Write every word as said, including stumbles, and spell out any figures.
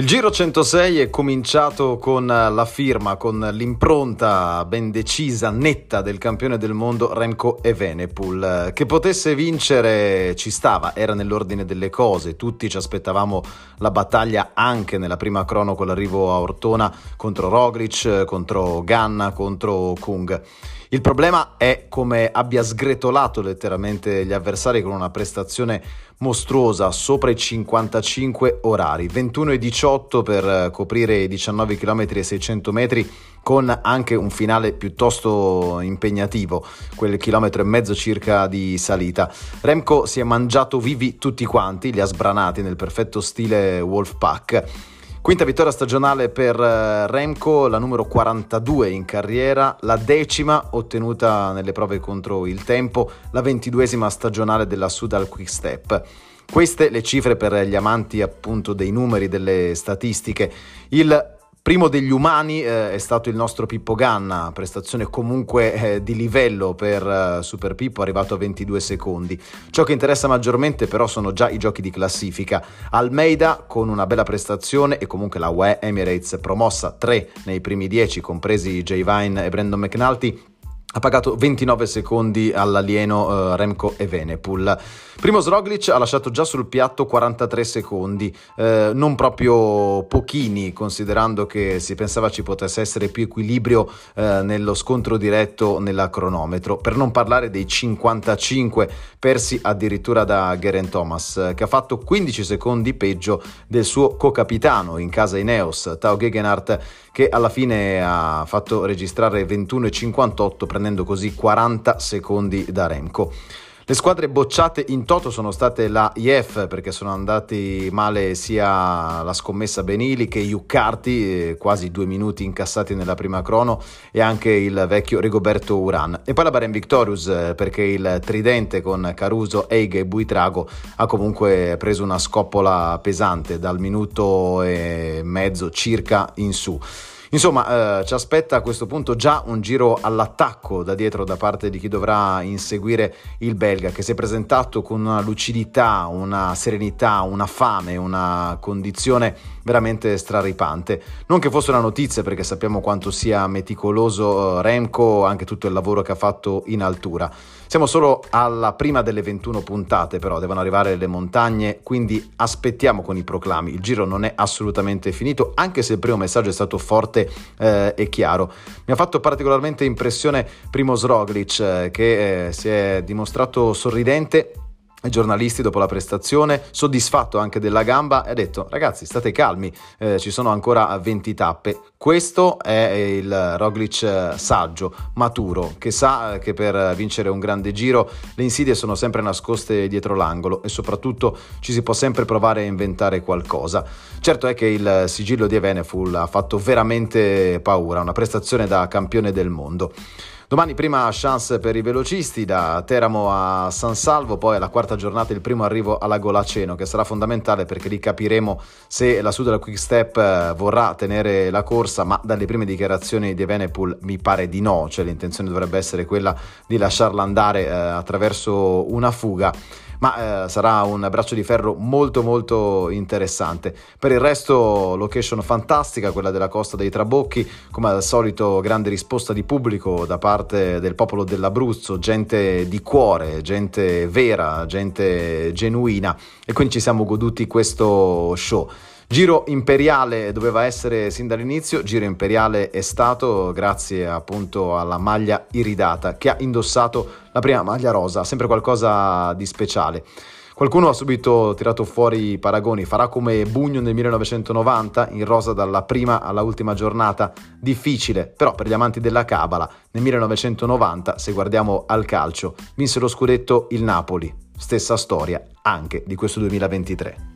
Il Giro centosei è cominciato con la firma, con l'impronta ben decisa, netta del campione del mondo Remco Evenepoel. Che potesse vincere ci stava, era nell'ordine delle cose, tutti ci aspettavamo la battaglia anche nella prima crono con l'arrivo a Ortona contro Roglic, contro Ganna, contro Kung. Il problema è come abbia sgretolato letteralmente gli avversari con una prestazione mostruosa sopra i cinquantacinque orari, ventuno e diciotto per coprire i diciannove chilometri e seicento metri, con anche un finale piuttosto impegnativo, quel chilometro e mezzo circa di salita. Remco si è mangiato vivi tutti quanti, li ha sbranati nel perfetto stile Wolfpack. Quinta vittoria stagionale per Remco, la numero quarantadue in carriera, la decima ottenuta nelle prove contro il tempo, la ventiduesima stagionale della Soudal Quick-Step. Queste le cifre per gli amanti appunto dei numeri, delle statistiche. Il primo degli umani eh, è stato il nostro Pippo Ganna, prestazione comunque eh, di livello per eh, Super Pippo, arrivato a ventidue secondi. Ciò che interessa maggiormente però sono già i giochi di classifica. Almeida con una bella prestazione e comunque la U A E Emirates promossa tre nei primi dieci, compresi Jay Vine e Brandon McNulty, ha pagato ventinove secondi all'alieno uh, Remco Evenepoel. Primož Roglic ha lasciato già sul piatto quarantatré secondi, eh, non proprio pochini, considerando che si pensava ci potesse essere più equilibrio eh, nello scontro diretto nella cronometro, per non parlare dei cinquantacinque persi addirittura da Geraint Thomas, che ha fatto quindici secondi peggio del suo co-capitano in casa Ineos, Tao Gegenhardt, che alla fine ha fatto registrare ventuno e cinquantotto, prendendo così quaranta secondi da Remco. Le squadre bocciate in toto sono state la I F, perché sono andati male sia la scommessa Benili che Iuccarti, quasi due minuti incassati nella prima crono, e anche il vecchio Rigoberto Urán. E poi la Bahrain Victorious, perché il tridente con Caruso, Eige e Buitrago ha comunque preso una scoppola pesante dal minuto e mezzo circa in su. Insomma, eh, ci aspetta a questo punto già un giro all'attacco da dietro da parte di chi dovrà inseguire il belga, che si è presentato con una lucidità, una serenità, una fame, una condizione veramente straripante. Non che fosse una notizia, perché sappiamo quanto sia meticoloso eh, Remco, anche tutto il lavoro che ha fatto in altura. Siamo solo alla prima delle ventuno puntate, però devono arrivare le montagne, quindi aspettiamo con i proclami. Il giro non è assolutamente finito, anche se il primo messaggio è stato forte eh, e chiaro. Mi ha fatto particolarmente impressione Primož Roglic, eh, che eh, si è dimostrato sorridente ai giornalisti dopo la prestazione, soddisfatto anche della gamba, e ha detto: ragazzi, state calmi, eh, ci sono ancora venti tappe. Questo è il Roglic saggio, maturo, che sa che per vincere un grande giro le insidie sono sempre nascoste dietro l'angolo e soprattutto ci si può sempre provare a inventare qualcosa. Certo è che il sigillo di Evenepoel ha fatto veramente paura, una prestazione da campione del mondo. Domani prima chance per i velocisti, da Teramo a San Salvo, poi alla quarta giornata il primo arrivo alla Golaceno, che sarà fondamentale perché lì capiremo se la Soudal Quick-Step vorrà tenere la corsa, ma dalle prime dichiarazioni di Evenepoel mi pare di no, cioè l'intenzione dovrebbe essere quella di lasciarla andare eh, attraverso una fuga. Ma eh, sarà un braccio di ferro molto molto interessante. Per il resto location fantastica, quella della Costa dei Trabocchi, come al solito grande risposta di pubblico da parte del popolo dell'Abruzzo, gente di cuore, gente vera, gente genuina, e quindi ci siamo goduti questo show. Giro imperiale doveva essere sin dall'inizio, giro imperiale è stato grazie appunto alla maglia iridata, che ha indossato la prima maglia rosa, sempre qualcosa di speciale. Qualcuno ha subito tirato fuori i paragoni, farà come Bugno nel millenovecentonovanta, in rosa dalla prima alla ultima giornata? Difficile, però per gli amanti della cabala, nel millenovecentonovanta, se guardiamo al calcio, vinse lo scudetto il Napoli, stessa storia anche di questo duemilaventitré.